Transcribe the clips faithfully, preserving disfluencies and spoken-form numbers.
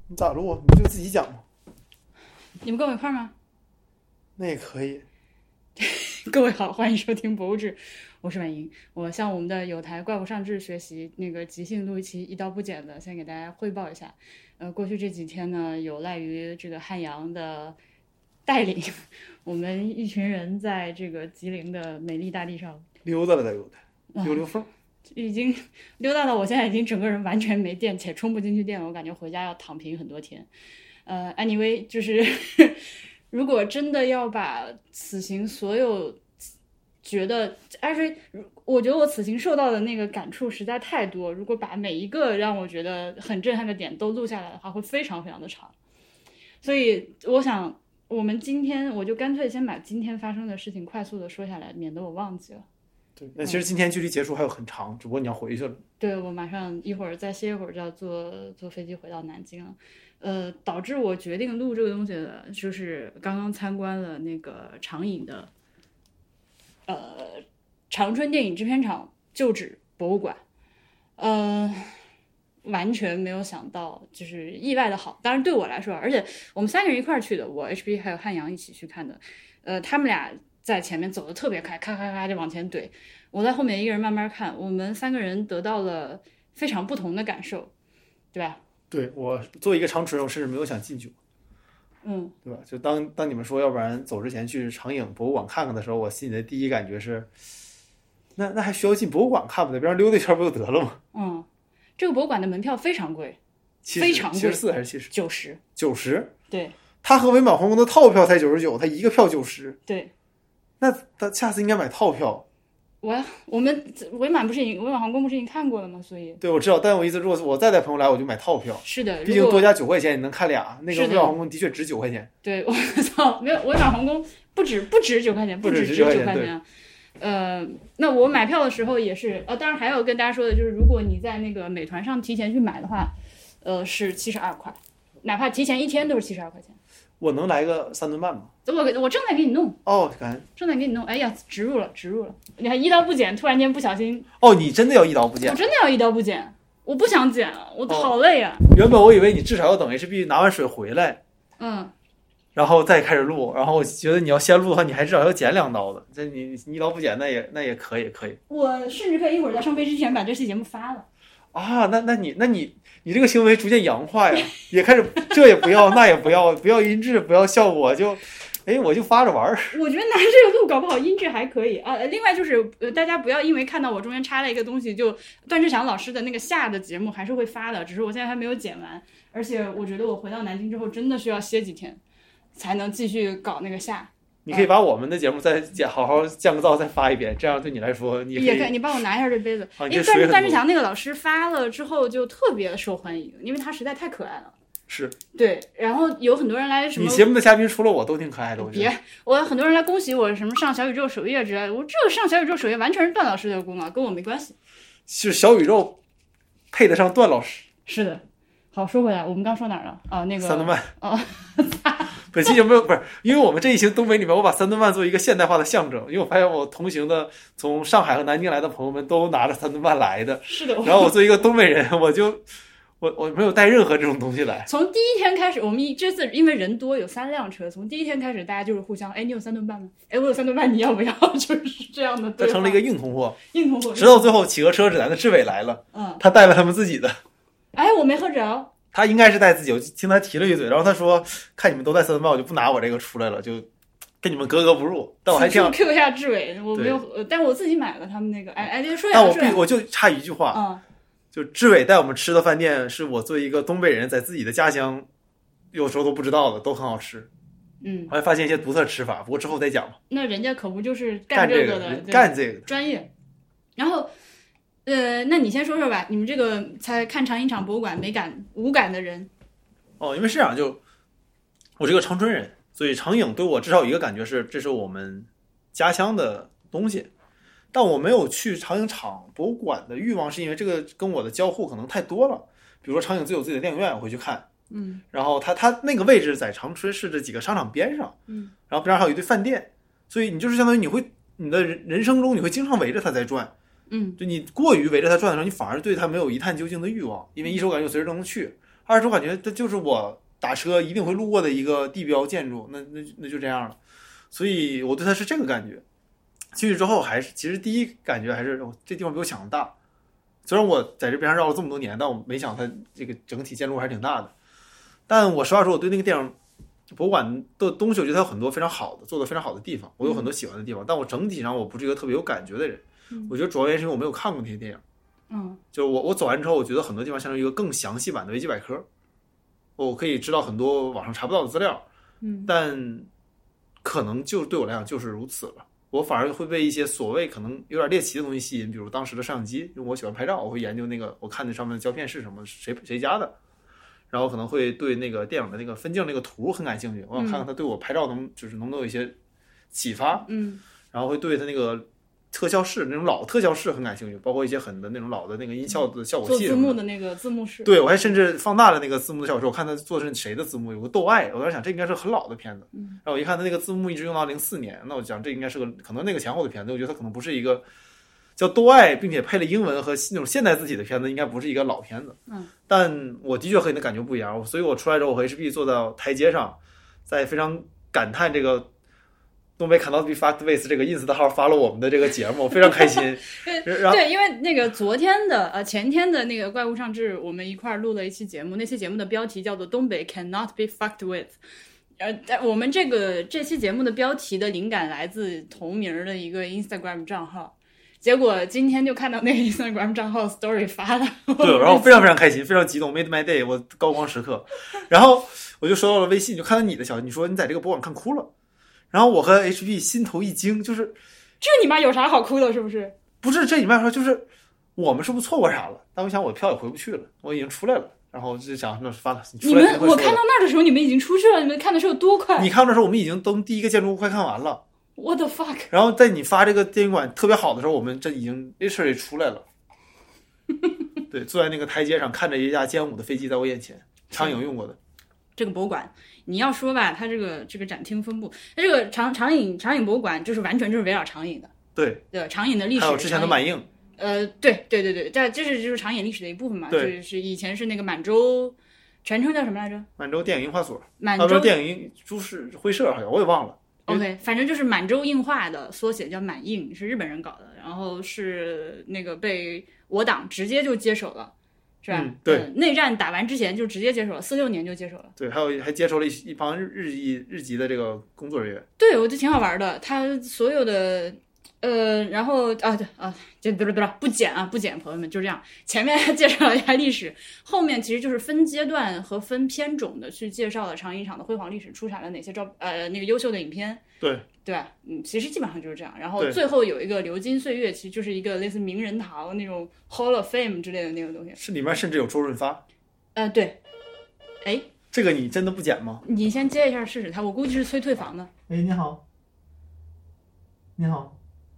你咋录啊？你就自己讲嘛。 你们跟我一块吗？ 那也可以。 各位好，欢迎收听博物志，我是婉莹。我向我们的有台怪物上志学习，那个即兴录一期一刀不剪的，先给大家汇报一下。呃，过去这几天呢，有赖于这个汉阳的带领，我们一群人在这个吉林的美丽大地上溜达了，溜达，溜溜缝、嗯， 已经溜达到我现在已经整个人完全没电，且充不进去电了，我感觉回家要躺平很多天。呃 ，anyway， 就是如果真的要把此行所有觉得，而且我觉得我此行受到的那个感触实在太多，如果把每一个让我觉得很震撼的点都录下来的话，会非常非常的长。所以我想，我们今天我就干脆先把今天发生的事情快速的说下来，免得我忘记了。 对，那其实今天距离结束还有很长，嗯、只不过你要回去了。 对，我马上一会儿再歇一会儿就要坐坐飞机回到南京了。呃，导致我决定录这个东西的，就是刚刚参观了那个长影的，呃，长春电影制片厂旧址博物馆，呃，完全没有想到，就是意外的好。当然对我来说，而且我们三个人一块儿去的，我 H B 还有汉阳一起去看的，呃，他们俩在前面走得特别快，咔咔咔就往前怼，我在后面一个人慢慢看，我们三个人得到了非常不同的感受，对吧？ 对，我作为一个长春人，我甚至没有想进去过， 嗯， 对吧？就当当你们说要不然走之前去长影博物馆看看的时候，我心里的第一感觉是，那那还需要进博物馆看吗？那边溜达一圈不就得了吗？ 嗯，这个博物馆的门票非常贵，非常贵， 七十四还是七十？ 九十， 九十。 对， 它和伪满皇宫的套票才九十九，它一个票九十。 对， 那他下次应该买套票。 我我们伪满不是已经伪满皇宫不是已经看过了吗？所以对，我知道，但我意思，如果我再带朋友来，我就买套票。 是的， 毕竟多加九块钱，你能看俩。那个伪满皇宫的确值九块钱。 对，我操，没有伪满皇宫不止不止九块钱，不止值九块钱。呃，那我买票的时候也是，呃，当然还有跟大家说的就是，如果你在那个美团上提前去买的话，呃，是七十二块，哪怕提前一天都是七十二块钱。 我能来个三顿半吗？ 我我正在给你弄哦，感恩正在给你弄。哎呀，植入了，植入了！你还一刀不剪，突然间不小心。 哦，你真的要一刀不剪？ 我真的要一刀不剪，我不想剪了，我好累啊。 哦、原本我以为你至少要等 H B 拿完水回来， 嗯， 然后再开始录。然后我觉得你要先录的话，你还至少要剪两刀的。这你你一刀不剪，那也那也可以，可以。 我甚至可以一会儿在上飞机之前把这期节目发了。 啊，那那你那你你这个行为逐渐洋化呀，也开始这也不要那也不要，不要音质不要效果，就哎我就发着玩儿。 我觉得拿这个录搞不好音质还可以啊。另外就是呃大家不要因为看到我中间插了一个东西，就段志强老师的那个下的节目还是会发的，只是我现在还没有剪完，而且我觉得我回到南京之后真的需要歇几天才能继续搞那个下。 你可以把我们的节目再剪好好降个噪再发一遍，这样对你来说你可以也可以。你帮我拿一下这杯子， 啊、 因为段段志强那个老师发了之后就特别受欢迎，因为他实在太可爱了。 是， 对，然后有很多人来什么， 你节目的嘉宾除了我都挺可爱的。我觉得别，我很多人来恭喜我什么上小宇宙首页之类的，我这个上小宇宙首页完全是段老师的功劳，跟我没关系。 是小宇宙配得上段老师。 是的。好，说回来，我们刚说哪儿了？啊，那个三顿半。 哦， 本期有没有不是？因为我们这一行东北里面，我把三顿半作为一个现代化的象征。因为我发现我同行的从上海和南京来的朋友们都拿着三顿半来的。 是的。 然后我作为一个东北人，我就我我没有带任何这种东西来。 从第一天开始，我们这次因为人多，有三辆车，从第一天开始，大家就是互相，哎，你有三顿半吗？哎，我有三顿半，你要不要？就是这样的对话。 这成了一个硬通货。 硬通货。 直到最后企鹅车指南的志伟来了， 嗯， 他带了他们自己的。 哎，我没喝着。 他应该是带自己，我听他提了一嘴，然后他说：“看你们都带三顿半，我就不拿我这个出来了，就跟你们格格不入。”但我还挺 Q 一下志伟，我没有，但我自己买了他们那个。哎哎，说呀， 但我必我就差一句话， 嗯， 就志伟带我们吃的饭店，是我作为一个东北人在自己的家乡，有时候都不知道的，都很好吃。 嗯， 我还发现一些独特吃法，不过之后再讲吧。 那人家可不就是干这个的， 干这个专业。然后。呃，那你先说说吧，你们这个才看长影厂博物馆没感无感的人。 哦，因为是这样，就我这个长春人，所以长影对我至少有一个感觉是，这是我们家乡的东西。但我没有去长影厂博物馆的欲望，是因为这个跟我的交互可能太多了。比如说长影自有自己的电影院，我会去看， 嗯， 然后它它那个位置在长春市的几个商场边上， 嗯， 然后边上还有一堆饭店，所以你就是相当于你会你的人人生中你会经常围着它在转。 嗯， 就你过于围着它转的时候，你反而对它没有一探究竟的欲望，因为一手感觉随时都能去。 二手感觉它就是我打车一定会路过的一个地标建筑，那那那就这样了。所以我对它是这个感觉。进去之后还是其实第一感觉还是、哦、这地方比我想的大。虽然我在这边上绕了这么多年，但我没想它这个整体建筑还是挺大的。但我实话说，我对那个电影博物馆的东西，我觉得它有很多非常好的，做的非常好的地方，我有很多喜欢的地方。嗯、但我整体上我不是一个特别有感觉的人。 嗯、 我觉得主要原因是因为我没有看过那些电影。 嗯， 就我我走完之后，我觉得很多地方相当于一个更详细版的维基百科，我可以知道很多网上查不到的资料。 嗯， 但可能就对我来讲就是如此了。我反而会被一些所谓可能有点猎奇的东西吸引，比如当时的摄像机，因为我喜欢拍照，我会研究那个，我看那上面的胶片是什么，谁谁家的，然后可能会对那个电影的那个分镜那个图很感兴趣，我想看看它对我拍照能就是能不能有一些启发， 嗯， 然后会对它那个特效室那种老特效室很感兴趣，包括一些很的那种老的那个音效的效果器， 做字幕的那个字幕室， 对，我还甚至放大了那个字幕的效果室，我看他做的是谁的字幕，有个窦爱，我当时想这应该是很老的片子， 嗯， 然后我一看他那个字幕一直用到零四年，那我想这应该是个可能那个前后的片子，我觉得它可能不是一个叫窦爱并且配了英文和那种现代字体的片子，应该不是一个老片子， 嗯， 但我的确和你的感觉不一样，所以我出来之后，我和 H B 坐到台阶上，在非常感叹这个。东北 cannot be fucked with 这个 ins 的号发了我们的这个节目，我非常开心。 对，因为那个昨天的呃前天的那个怪物上志，我们一块儿录了一期节目，那期节目的标题叫做东北 cannot be fucked with。呃，我们这个这期节目的标题的灵感来自同名的一个 Instagram 账号，结果今天就看到那个 Instagram 账号 story 发了， 对，然后非常非常开心，非常激动 ，made my day， 我高光时刻。然后我就收到了微信，就看到你的消息，你说你在这个博物馆看哭了。然后我和 H B 心头一惊，就是这你妈有啥好哭的？是不是？ 不是，这你妈说就是我们是不是错过啥了？但我想我票也回不去了，我已经出来了，然后就想那发了。 你们我看到那儿的时候，你们已经出去了，你们看的是有多快？ 你看的时候，我们已经登第一个建筑物快看完了。 What the fuck？ 然后在你发这个电影馆特别好的时候，我们这已经 literally 出来了。对，坐在那个台阶上，看着一架歼五的飞机在我眼前，长影用过的。 这个博物馆，你要说吧，它这个这个展厅分布，它这个长长影长影博物馆就是完全就是围绕长影的， 对对，长影的历史， 还有之前的满映， 呃，对对对对，这这是就是长影历史的一部分嘛，就是以前是那个满洲，全称叫什么来着？ 满洲电影映画所， 满洲电影株式会社，好像我也忘了。 OK， 反正就是满洲映画的缩写叫满映，是日本人搞的，然后是那个被我党直接就接手了。是吧、 嗯？对、 呃，内战打完之前就直接接手了，四六年就接手了。 对，还有还接手了一一帮日日裔日籍的这个工作人员。 对，我觉得挺好玩的。他所有的，呃，然后啊对啊，这对对对，不剪啊不剪，朋友们就这样。前面介绍了一下历史，后面其实就是分阶段和分片种的去介绍了长影厂的辉煌历史，出产了哪些照呃那个优秀的影片。 对。 对吧？嗯，其实基本上就是这样。然后最后有一个流金岁月，其实就是一个类似名人堂那种 Hall of Fame 之类的那个东西。 是里面甚至有周润发。 呃，对。哎， 这个你真的不剪吗？ 你先接一下试试他，我估计是催退房的。 哎，你好。你好。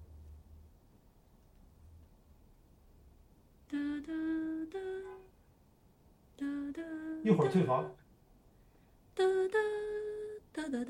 一会儿退房。 哒哒哒哒哒。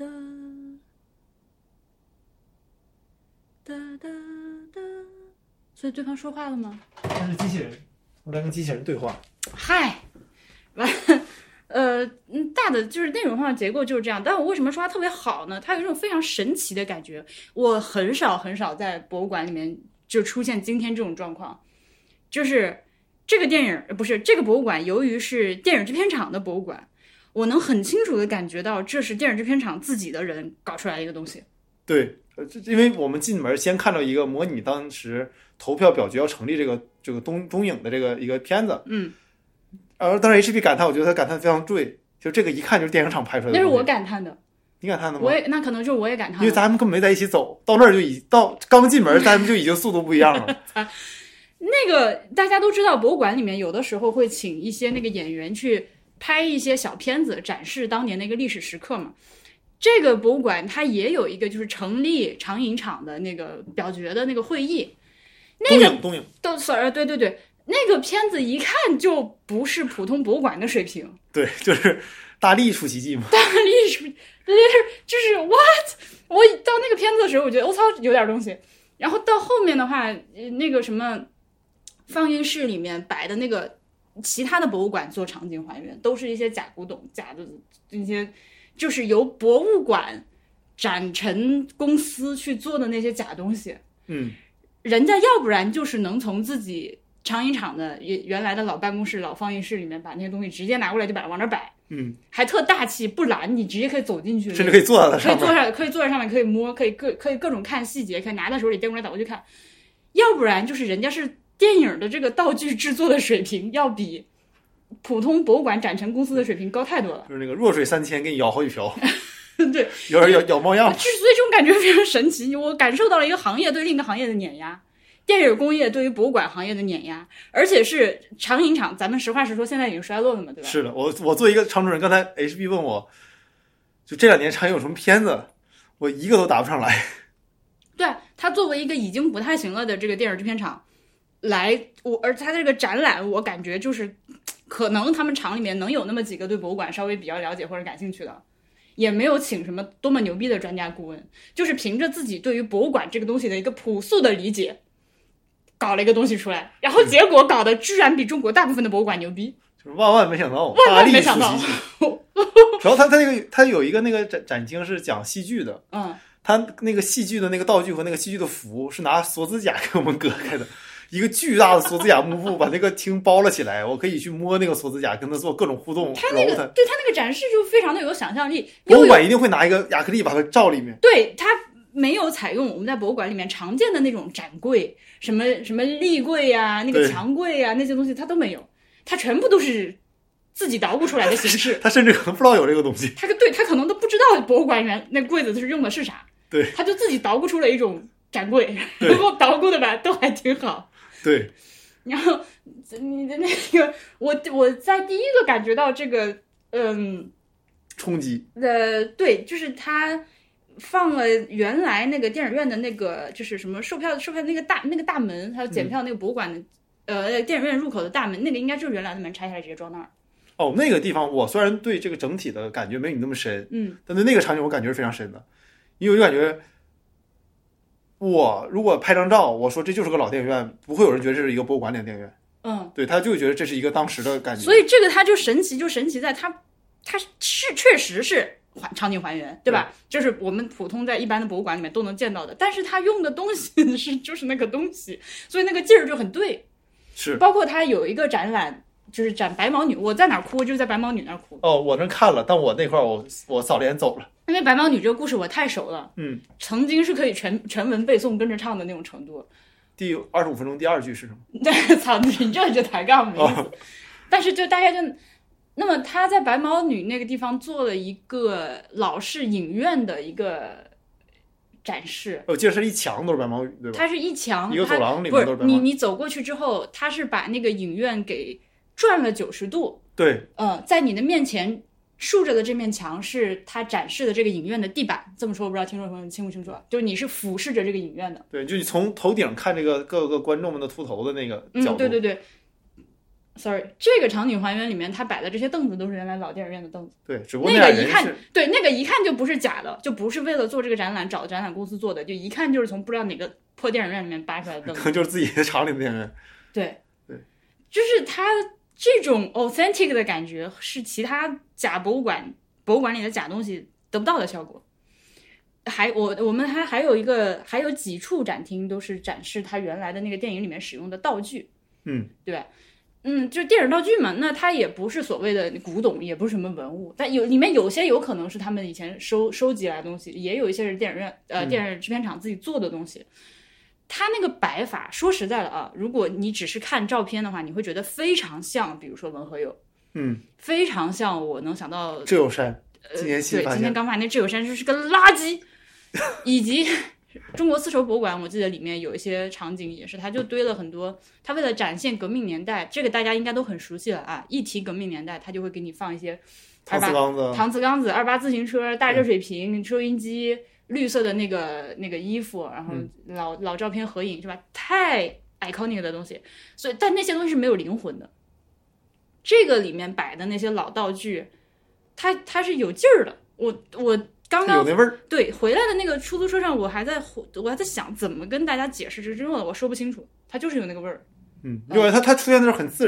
哒哒哒，所以对方说话了吗？ 那是机器人，我在跟机器人对话。 嗨，完，呃，大的就是内容上的结构就是这样。但我为什么说它特别好呢？它有一种非常神奇的感觉。我很少很少在博物馆里面就出现今天这种状况，就是这个电影不是这个博物馆，由于是电影制片厂的博物馆，我能很清楚的感觉到这是电影制片厂自己的人搞出来的一个东西。 对。因为我们进门先看到一个模拟当时投票表决要成立这个这个东东影的这个一个片子， 嗯， 而当时 H B 感叹，我觉得他感叹非常对，就这个一看就是电影厂拍出来的。 那是我感叹的， 你感叹的吗？ 我也那可能就是我也感叹， 因为咱们根本没在一起走，到那儿就已到刚进门，咱们就已经速度不一样了。 那个大家都知道，博物馆里面有的时候会请一些那个演员去拍一些小片子，展示当年的一个历史时刻嘛。这个博物馆它也有一个就是成立长影厂的那个表决的那个会议，那个东影都 sorry 对对对，那个片子一看就不是普通博物馆的水平， 对，就是大力出奇迹嘛， 大力出就是 what， 我到那个片子的时候，我觉得我操有点东西，然后到后面的话，那个什么放映室里面摆的那个其他的博物馆做场景还原，都是一些假古董、假的那些，就是由博物馆展陈公司去做的那些假东西。 嗯， 人家要不然就是能从自己长影厂的原来的老办公室、老放映室里面把那些东西直接拿过来就摆往那儿摆， 嗯， 还特大气，不拦你，直接可以走进去， 甚至可以坐在上面， 可以坐上，可以坐在上面，可以摸，可以各可以各种看细节，可以拿在手里颠过来倒过去看。要不然就是人家是电影的这个道具制作的水平要比普通博物馆展陈公司的水平高太多了， 就是那个弱水三千给你舀好几瓢。 对， 有点咬咬猫样。 之所以这种感觉非常神奇，我感受到了一个行业对另一个行业的碾压，电影工业对于博物馆行业的碾压，而且是长影厂，咱们实话实说，现在已经衰落了嘛，对吧？ 是的，我我作为一个常主任，刚才 H B 问我，就这两年长影有什么片子，我一个都答不上来。 对，他作为一个已经不太行了的这个电影制片厂来，我而他这个展览，我感觉就是可能他们厂里面能有那么几个对博物馆稍微比较了解或者感兴趣的。也没有请什么多么牛逼的专家顾问，就是凭着自己对于博物馆这个东西的一个朴素的理解，搞了一个东西出来，然后结果搞得居然比中国大部分的博物馆牛逼， 就是万万没想到， 万万没想到。 主要他他那个他有一个那个展展厅是讲戏剧的， 嗯， 他那个戏剧的那个道具和那个戏剧的服是拿锁子甲给我们隔开的。一个巨大的锁子甲幕布把那个厅包了起来，我可以去摸那个锁子甲，跟他做各种互动。 他那个对他那个展示就非常的有想象力。 博物馆一定会拿一个亚克力把它罩里面。 对，他没有采用我们在博物馆里面常见的那种展柜，什么什么立柜呀、啊、那个墙柜呀、啊、那些东西，他都没有，他全部都是自己捣鼓出来的形式。 他甚至可能不知道有这个东西。 他对他可能都不知道博物馆原那柜子是用的是啥。 对， 他就自己捣鼓出了一种展柜，然后捣鼓的吧都还挺好。 对。 然后你的那个，我我在第一个感觉到这个，嗯， 冲击。 呃，对，就是他放了原来那个电影院的那个，就是什么售票售票那个大那个大门，还有检票那个博物馆的，嗯、呃，电影院入口的大门，那个应该就是原来的门拆下来直接装那儿。 哦，那个地方我虽然对这个整体的感觉没你那么深， 嗯， 但对那个场景我感觉是非常深的，因为我就感觉。我如果拍张照，我说这就是个老电影院，不会有人觉得这是一个博物馆里的电影院。 嗯， 对，他就会觉得这是一个当时的感觉。 所以这个它就神奇，就神奇在它，它是确实是还场景还原，对吧？这是我们普通在一般的博物馆里面都能见到的，但是它用的东西是就是那个东西，所以那个劲儿就很对。 是， 包括它有一个展览，就是展白毛女，我在哪儿哭？就是在白毛女那儿哭。 哦，我那看了，但我那块我我扫脸走了。 因为白毛女这个故事我太熟了， 嗯， 曾经是可以全全文背诵跟着唱的那种程度。 第二十五分钟第二句是什么？ 对，操你这就抬杠没意思。 哦、 但是就大概就，那么他在白毛女那个地方做了一个老式影院的一个展示。 我记得是一墙都是白毛女，对吧？ 它是一墙， 一个走廊里面都是白毛女。 不是你你走过去之后，他是把那个影院给转了九十度。 对， 呃，在你的面前。竖着的这面墙是它展示的这个影院的地板，这么说我不知道听众朋友们清不清楚啊？就是你是俯视着这个影院的， 对，就你从头顶看这个各个观众们的秃头的那个角度。 嗯，对对对。Sorry， 这个场景还原里面，它摆的这些凳子都是原来老电影院的凳子。 对，只不过那个一看，对那个一看就不是假的，就不是为了做这个展览找展览公司做的，就一看就是从不知道哪个破电影院里面扒出来的凳子， 可能就是自己的厂里的电影院。 对对， 就是它这种 authentic 的感觉是其他假博物馆。博物馆里的假东西得不到的效果，还我我们还还有一个还有几处展厅都是展示它原来的那个电影里面使用的道具， 嗯， 对吧？嗯，就是电影道具嘛，那它也不是所谓的古董，也不是什么文物，但有里面有些有可能是他们以前收收集来的东西，也有一些是电影院呃电影制片厂自己做的东西。它那个摆法，说实在的啊，如果你只是看照片的话，你会觉得非常像，比如说文和友。 嗯， 非常像我能想到挚友山，今年新发现、呃、对，今天刚发现那挚友山就是个垃圾，以及中国丝绸博物馆，我记得里面有一些场景也是，他就堆了很多，他为了展现革命年代，这个大家应该都很熟悉了啊，一提革命年代，他就会给你放一些搪瓷缸子、 搪瓷缸子、二八自行车、大热水瓶、收音机、绿色的那个那个衣服，然后老、嗯、老照片合影是吧？太 iconic 的东西，所以但那些东西是没有灵魂的。这个里面摆的那些老道具，它它是有劲儿的。我我刚刚有那味儿。 对，回来的那个出租车上，我还在我还在想怎么跟大家解释这个真的，我说不清楚，它就是有那个味儿。 嗯，因为它它出现的是很自然。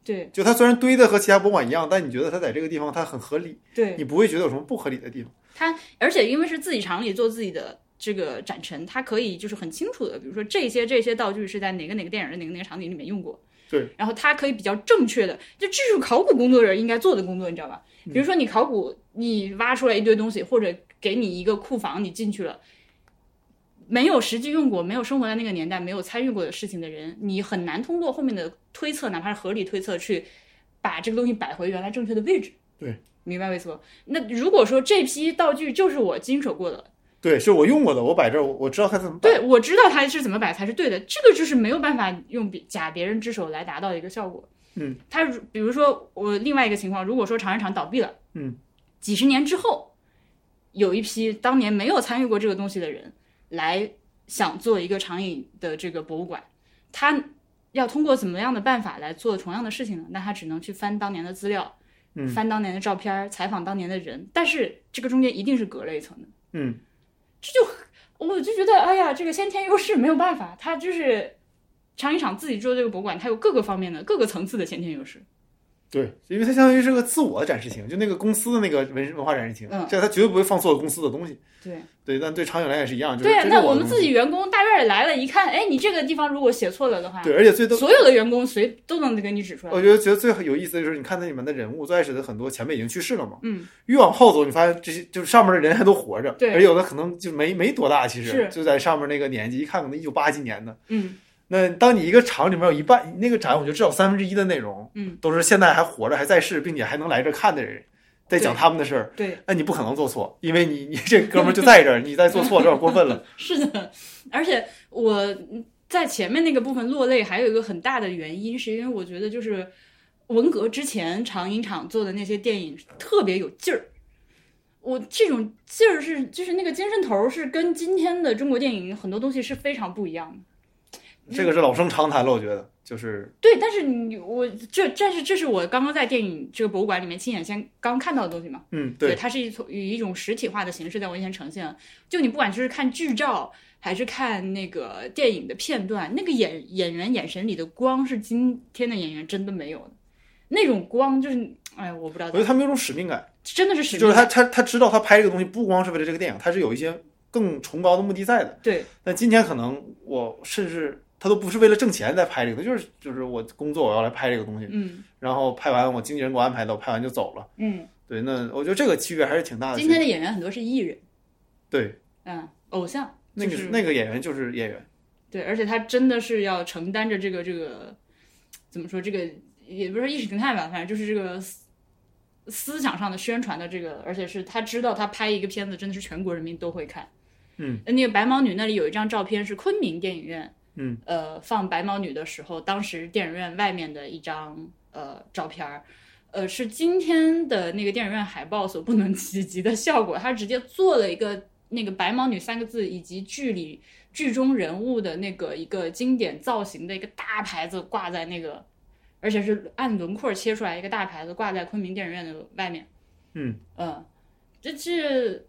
对， 就它虽然堆的和其他博物馆一样，但你觉得它在这个地方它很合理， 对， 你不会觉得有什么不合理的地方。 它而且因为是自己厂里做自己的这个展陈，它可以就是很清楚的，比如说这些这些道具是在哪个哪个电影的哪个哪个场景里面用过。 对， 然后它可以比较正确的，就这是考古工作人应该做的工作，你知道吧？比如说你考古，你挖出来一堆东西，或者给你一个库房，你进去了，没有实际用过，没有生活在那个年代，没有参与过的事情的人，你很难通过后面的推测，哪怕是合理推测，去把这个东西摆回原来正确的位置。 对， 明白为什么？那如果说这批道具就是我经手过的。 对，是我用过的，我摆这儿，我知道它怎么摆。 对，我知道它是怎么摆才是对的，这个就是没有办法用假别人之手来达到一个效果。 嗯， 它比如说我另外一个情况，如果说长安厂倒闭了， 嗯， 几十年之后，有一批当年没有参与过这个东西的人来想做一个长影的这个博物馆，他要通过怎么样的办法来做同样的事情呢？那他只能去翻当年的资料， 嗯， 翻当年的照片，采访当年的人，但是这个中间一定是隔了一层的。 嗯。 这就我就觉得，哎呀，这个先天优势没有办法，它就是长影厂自己做这个博物馆，它有各个方面的、各个层次的先天优势。 对，因为它相当于是个自我的展示厅，就那个公司的那个文文化展示厅， 嗯， 这它绝对不会放所有公司的东西。 对对，但对长影来也是一样，就是对，那我们自自己员工大院里来了，一看，哎，你这个地方如果写错了的话， 对，而且最多所有的员工谁都能给你指出来。 我觉得觉得最有意思的就是，你看那里面的人物，最开始的很多前辈已经去世了嘛， 嗯， 越往后走，你发现这些就是上面的人还都活着， 对， 而有的可能就没没多大，其实是就在上面那个年纪，一看可能一九八几年的， 嗯。 那当你一个厂里面有一半那个展，我觉得至少三分之一的内容， 嗯， 都是现在还活着、还在世，并且还能来这看的人，在讲他们的事儿。 对， 那你不可能做错，因为你你这哥们儿就在这儿，你再做错有点过分了。 是的，而且我在前面那个部分落泪，还有一个很大的原因，是因为我觉得就是文革之前长影厂做的那些电影特别有劲儿。我这种劲儿是，就是那个精神头是跟今天的中国电影很多东西是非常不一样的。 这个是老生常谈了，我觉得就是对，但是你我这但是这是我刚刚在电影这个博物馆里面亲眼先刚看到的东西嘛。 嗯，对， 对，它是一种以一种实体化的形式在我面前呈现。就你不管就是看剧照还是看那个电影的片段，那个演演员眼神里的光是今天的演员真的没有的，那种光就是哎，我不知道。 我觉得他们有种使命感， 真的是使命感， 就是他他他知道他拍这个东西不光是为了这个电影，他是有一些更崇高的目的在的。 对， 但今天可能我甚至。他都不是为了挣钱在拍这个，他就是就是我工作我要来拍这个东西， 嗯， 然后拍完我经纪人给我安排的，我拍完就走了， 嗯， 对，那我觉得这个区别还是挺大的。 今天的演员很多是艺人， 对， 嗯，偶像， 那个、 就是、 那个演员就是演员， 对，而且他真的是要承担着这个这个怎么说，这个也不是意识形态吧，反正就是这个思想上的宣传的这个，而且是他知道他拍一个片子真的是全国人民都会看， 嗯， 那个白毛女那里有一张照片是昆明电影院。 嗯， 呃，放白毛女的时候，当时电影院外面的一张呃照片儿，呃，是今天的那个电影院海报所不能企及的效果。他直接做了一个那个白毛女三个字以及剧里剧中人物的那个一个经典造型的一个大牌子挂在那个，而且是按轮廓切出来一个大牌子挂在昆明电影院的外面。 嗯嗯、呃，这是。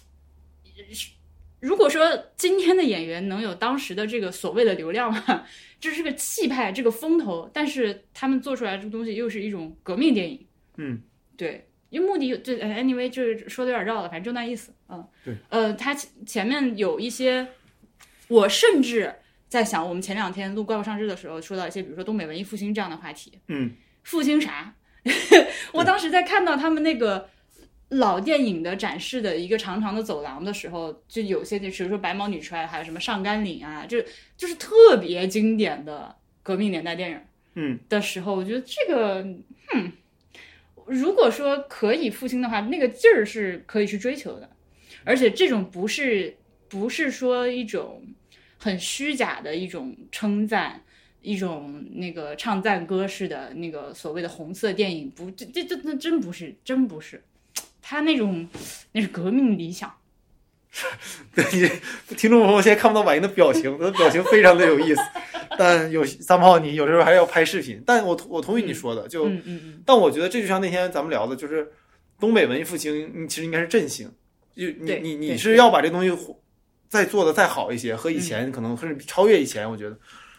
如果说今天的演员能有当时的这个所谓的流量嘛，这是个气派，这个风头，但是他们做出来这个东西又是一种革命电影， 嗯， 对，因为目的就 anyway 就是说的有点绕了，反正就那意思，嗯， 对， 呃，他前面有一些，我甚至在想，我们前两天录怪物上志的时候说到一些，比如说东北文艺复兴这样的话题， 嗯， 复兴啥？我当时在看到他们那个。老电影的展示的一个长长的走廊的时候，就有些就比如说白毛女出来，还有什么上甘岭啊，就就是特别经典的革命年代电影， 嗯的时候，我觉得这个，嗯，如果说可以复兴的话，那个劲儿是可以去追求的，而且这种不是不是说一种很虚假的一种称赞。一种那个唱赞歌式的那个所谓的红色电影，不，这这这那真不是，真不是。他那种那是革命理想， 对，听众朋友现在看不到婉莹的表情，他的表情非常的有意思。但有三炮，你有时候还要拍视频。但我我同意你说的，就， 嗯嗯嗯。 但我觉得这就像那天咱们聊的，就是东北文艺复兴，其实应该是振兴。就你你你是要把这东西再做的再好一些，和以前可能甚至超越以前。我觉得，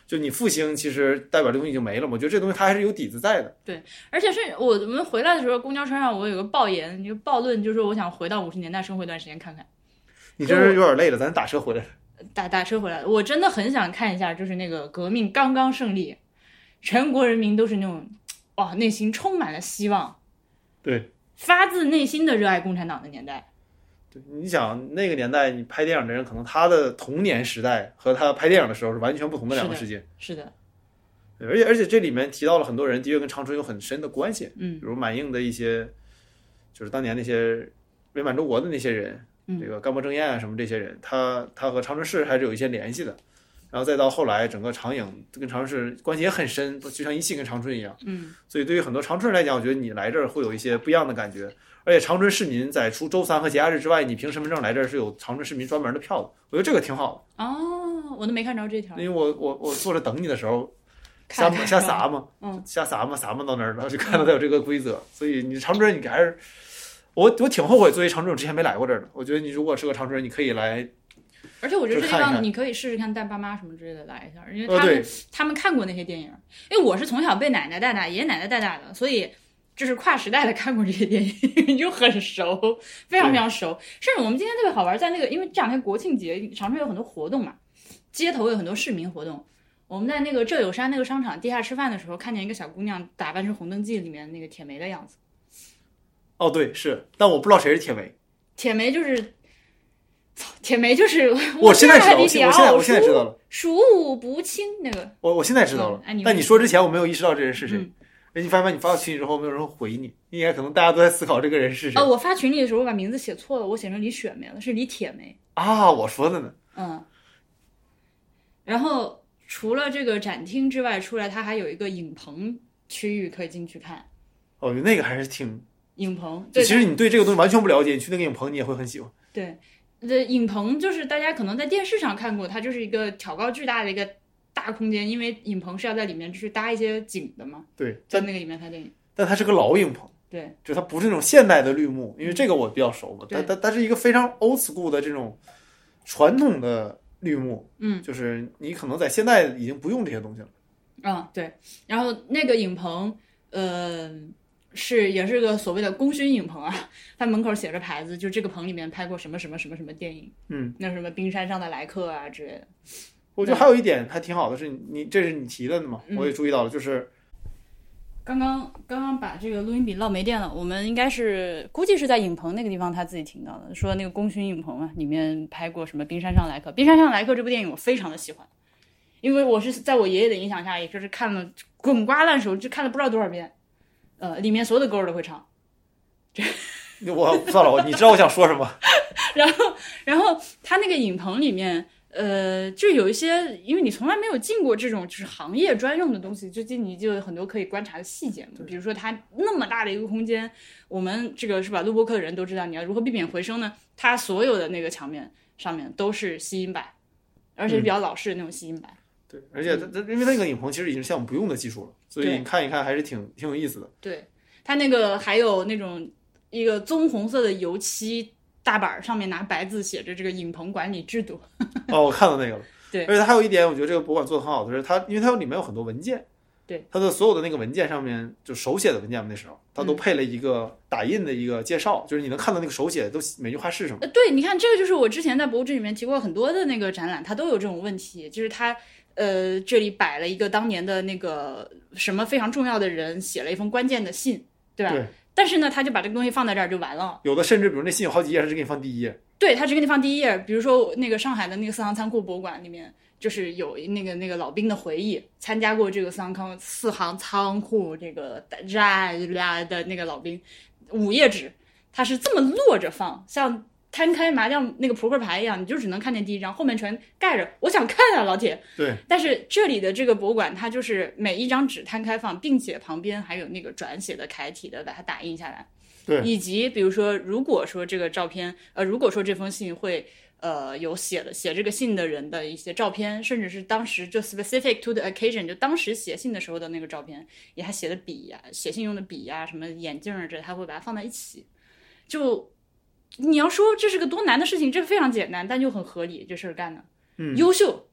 就你复兴其实代表这东西已经没了嘛，我觉得这东西它还是有底子在的。 对，而且是我们回来的时候，公交车上我有个爆言，一个暴论，就是我想回到五十年代生活一段时间看看。 你真是有点累了，咱打车回来。 打打车回来了，我真的很想看一下，就是那个革命刚刚胜利，全国人民都是那种哇，内心充满了希望， 对， 发自内心的热爱共产党的年代。 对，你想那个年代，你拍电影的人，可能他的童年时代和他拍电影的时候是完全不同的两个世界。 是的， 对，而且而且这里面提到了很多人的确跟长春有很深的关系， 嗯， 比如满映的一些，就是当年那些伪满洲国的那些人。这个甘伯正彦啊什么这些人，他他和长春市还是有一些联系的，然后再到后来整个长影跟长春市关系也很深，就像一汽跟长春一样， 嗯， 所以对于很多长春人来讲，我觉得你来这儿会有一些不一样的感觉，而且长春市民在除周三和节假日之外，你凭身份证来这儿是有长春市民专门的票的，我觉得这个挺好的。 哦，我都没看着这条， 因为我我我坐着等你的时候，瞎瞎撒嘛， 嗯， 瞎撒嘛撒嘛到那儿了，就看到它有这个规则，所以你长春人你还是。我我挺后悔，作为长春，我之前没来过这儿的。我觉得你如果是个长春人，你可以来。 而且我觉得这地方你可以试试看带爸妈什么之类的来一下，因为他们、哦、他们看过那些电影。因为我是从小被奶奶带大、爷爷奶奶带大的，所以就是跨时代的看过这些电影，就很熟，非常非常熟。甚至我们今天特别好玩，在那个因为这两天国庆节，长春有很多活动嘛，街头有很多市民活动。我们在那个浙友山那个商场地下吃饭的时候，看见一个小姑娘打扮成《红灯记》里面那个铁梅的样子。 哦，对，是，但我不知道谁是铁梅。 铁梅就是，铁梅就是， 我现在知道，我现在我现在知道了， 数五不清那个。 我我现在知道了， 嗯、 但你说之前我没有意识到这人是谁。 嗯、 你发现你发到群里之后，没有人回你，应该可能大家都在思考这个人是谁。 哦，我发群里的时候我把名字写错了，我写成李雪梅了，是李铁梅啊，我说的呢。 嗯。然后除了这个展厅之外，出来它还有一个影棚区域可以进去看。 哦，那个还是挺。 影棚， 对，其实你对这个东西完全不了解，你去那个影棚你也会很喜欢。 对，这影棚就是大家可能在电视上看过，它就是一个挑高巨大的一个大空间，因为影棚是要在里面去搭一些景的嘛。 对， 在那个里面拍电影。 但它是个老影棚， 对， 就它不是那种现代的绿幕，因为这个我比较熟嘛。它它它是一个非常 old school 的这种传统的绿幕， 嗯， 就是你可能在现在已经不用这些东西了。 嗯，对。然后那个影棚，呃。是也是个所谓的功勋影棚啊，它门口写着牌子，就这个棚里面拍过什么什么什么什么电影， 嗯， 那什么冰山上的来客啊之类的。 我觉得还有一点还挺好的是你这是你提的嘛， 嗯、 我也注意到了，就是刚刚刚刚把这个录音笔落没电了，我们应该是估计是在影棚那个地方他自己听到的，说那个功勋影棚啊里面拍过什么冰山上来客。冰山上来客这部电影我非常的喜欢，因为我是在我爷爷的影响下，也就是看了滚瓜烂熟，就看了不知道多少遍。呃，里面所有的歌都会唱。 我算了，你知道我想说什么。 然后，然后他那个影棚里面，呃，就有一些，因为你从来没有进过这种就是行业专用的东西，最近你就有很多可以观察的细节嘛。比如说，它那么大的一个空间，我们这个是吧？录播课的人都知道，你要如何避免回声呢？它所有的那个墙面上面都是吸音板，而且比较老式的那种吸音板。 嗯对，而且它它因为那个影棚其实已经是项目不用的技术了，所以你看一看还是挺挺有意思的。 对，它那个还有那种一个棕红色的油漆大板，上面拿白字写着这个影棚管理制度。 哦，我看到那个了。 对， 而且它还有一点，我觉得这个博物馆做的很好的是它，因为它里面有很多文件。 对， 它的所有的那个文件上面就手写的文件嘛，那时候它都配了一个打印的一个介绍，嗯、就是你能看到那个手写都每句话是什么。 呃，对，你看这个就是我之前在博物志里面提过很多的那个展览，它都有这种问题，就是它。呃，这里摆了一个当年的那个什么非常重要的人写了一封关键的信，对吧？ 对。 但是呢，他就把这个东西放在这儿就完了。 有的甚至比如那信有好几页，他只给你放第一页。 对，他只给你放第一页。比如说那个上海的那个四行仓库博物馆里面，就是有那个那个老兵的回忆，参加过这个四行仓四行仓库这个战的那个老兵，五页纸，他是这么摞着放，像。摊开麻将那个扑克牌一样，你就只能看见第一张，后面全盖着。我想看啊，老铁。 对。 但是这里的这个博物馆，它就是每一张纸摊开放，并且旁边还有那个转写的楷体的，把它打印下来。 对。 以及比如说，如果说这个照片，呃，如果说这封信会呃有写的写这个信的人的一些照片，甚至是当时就 specific to the occasion， 就当时写信的时候的那个照片，也还写的笔呀、啊，写信用的笔呀、啊，什么眼镜啊，这他会把它放在一起，就。你要说这是个多难的事情，这个非常简单，但就很合理，这事儿干的， 嗯， 优秀。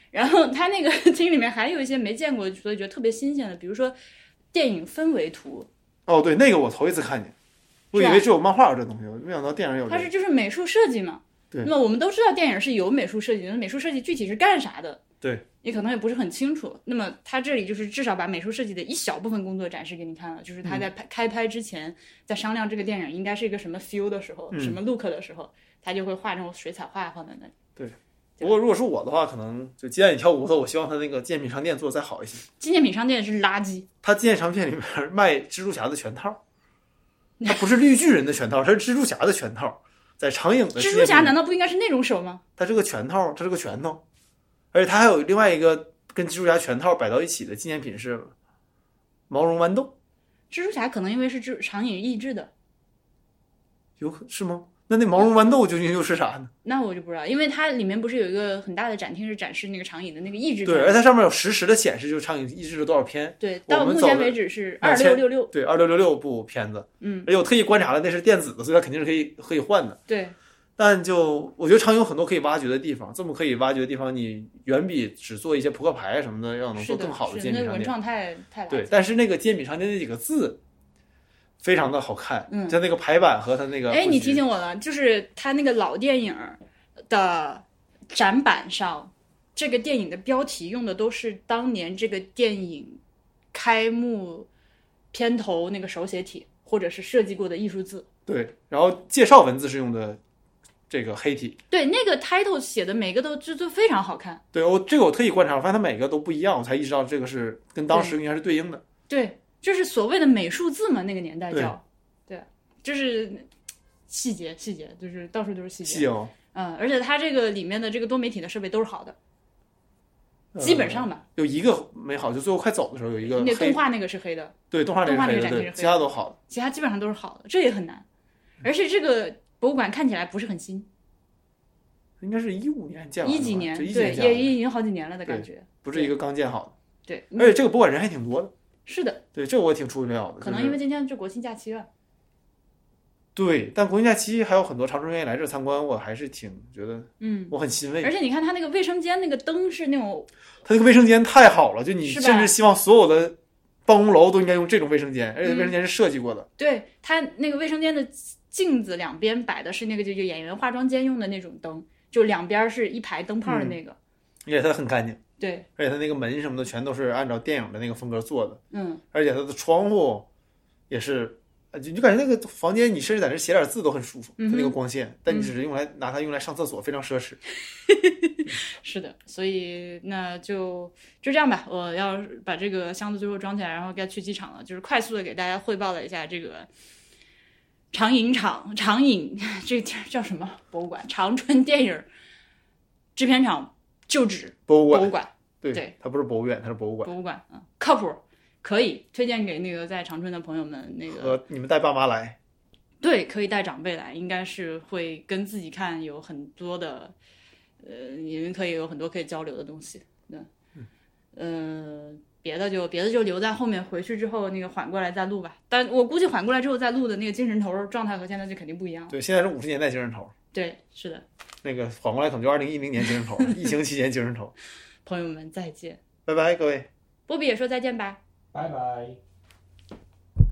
然后它那个厅里面还有一些没见过，所以觉得特别新鲜的，比如说电影氛围图。 哦，对，那个我头一次看见，我以为只有漫画有这东西，我没想到电影有、这个。 它是就是美术设计嘛。 对。 那么我们都知道电影是有美术设计的，美术设计具体是干啥的？ 对。 你可能也不是很清楚。那么他这里就是至少把美术设计的一小部分工作展示给你看了，就是他在拍、嗯、开拍之前，在商量这个电影应该是一个什么 feel 的时候、嗯，什么 look 的时候，他就会画这种水彩画放在那里。 对。不过如果是我的话，可能就鸡蛋里挑骨头，我希望他那个纪念品商店做的再好一些。 纪念品商店是垃圾。 他纪念商店里面卖蜘蛛侠的全套，他不是绿巨人的全套，他是蜘蛛侠的全套。在长影的蜘蛛侠难道不应该是那种手吗？ 它是个全套，它是个拳头，而且它还有另外一个跟蜘蛛侠全套摆到一起的纪念品是毛绒豌豆。 蜘蛛侠可能因为是长影译制的， 有可是吗？那那毛绒豌豆究竟又是啥呢？ 那我就不知道，因为它里面不是有一个很大的展厅是展示那个长影的那个译制， 对，而它上面有实时的显示，就是长影译制了多少篇。 对，到目前为止是二六六六， 对，二六六六部片子。嗯，而且我特意观察了，那是电子的，所以它肯定是可以可以换的。 对， 但就我觉得长影有很多可以挖掘的地方，这么可以挖掘的地方，你远比只做一些扑克牌什么的要能做更好的纪念品商店。 文创太太对，但是那个纪念品商店那几个字。非常的好看，嗯，它那个排版和它那个， 哎，你提醒我了，就是它那个老电影的展板上，这个电影的标题用的都是当年这个电影开幕片头那个手写体，或者是设计过的艺术字。 对，然后介绍文字是用的这个黑体。 对，那个 title 写的每个都就就非常好看。 对，我这个我特意观察，我发现它每个都不一样，我才意识到这个是跟当时应该是对应的。 对。对，就是所谓的美术字嘛，那个年代叫，对，对就是细节细节，就是到处都是细节。 细哦， 嗯，而且它这个里面的这个多媒体的设备都是好的， 呃、 基本上吧。 有一个没好，就最后快走的时候有一个黑。 那动画那个是黑的， 对，动画那个是黑的， 其他都好的， 其他基本上都是好的，这也很难。而且这个博物馆看起来不是很新， 应该是一五年建好的， 一几年， 对， 也已经好几年了的感觉， 不是一个刚建好的。 对， 而且这个博物馆人还挺多的。 是的， 对，这个我挺出乎意料的。 可能因为今天是国庆假期了。 对，但国庆假期还有很多长春愿意来这参观，我还是挺觉得， 嗯， 我很欣慰。 而且你看他那个卫生间那个灯是那种， 他那个卫生间太好了，就你甚至希望所有的办公楼都应该用这种卫生间，而且卫生间是设计过的。 嗯、对，他那个卫生间的镜子两边摆的是那个就就演员化妆间用的那种灯，就两边是一排灯泡的那个， 而且它很干净。 对， 而且它那个门什么的全都是按照电影的那个风格做的， 嗯， 而且它的窗户也是，就你感觉那个房间你甚至在那写点字都很舒服， 嗯、 它那个光线，但你只是用来、嗯、拿它用来上厕所，非常奢侈。 是的，所以那就就这样吧，我要把这个箱子最后装起来，然后该去机场了。就是快速的给大家汇报了一下这个长影厂、长影这个叫什么博物馆？长春电影制片厂。旧址博物馆， 博物馆， 对， 对， 它不是博物院，它是博物馆。 博物馆，嗯，靠谱，可以推荐给那个在长春的朋友们。那个和你们带爸妈来， 对，可以带长辈来，应该是会跟自己看有很多的，呃，你们可以有很多可以交流的东西。对，嗯、呃，别的就别的就留在后面，回去之后那个缓过来再录吧。但我估计缓过来之后再录的那个精神头状态和现在就肯定不一样。 对，现在是五十年代精神头。 对，是的。 那个缓过来可能就二零一零年精神头，疫情期间精神头。 朋友们再见， 拜拜，各位。 波比也说再见吧， 拜拜。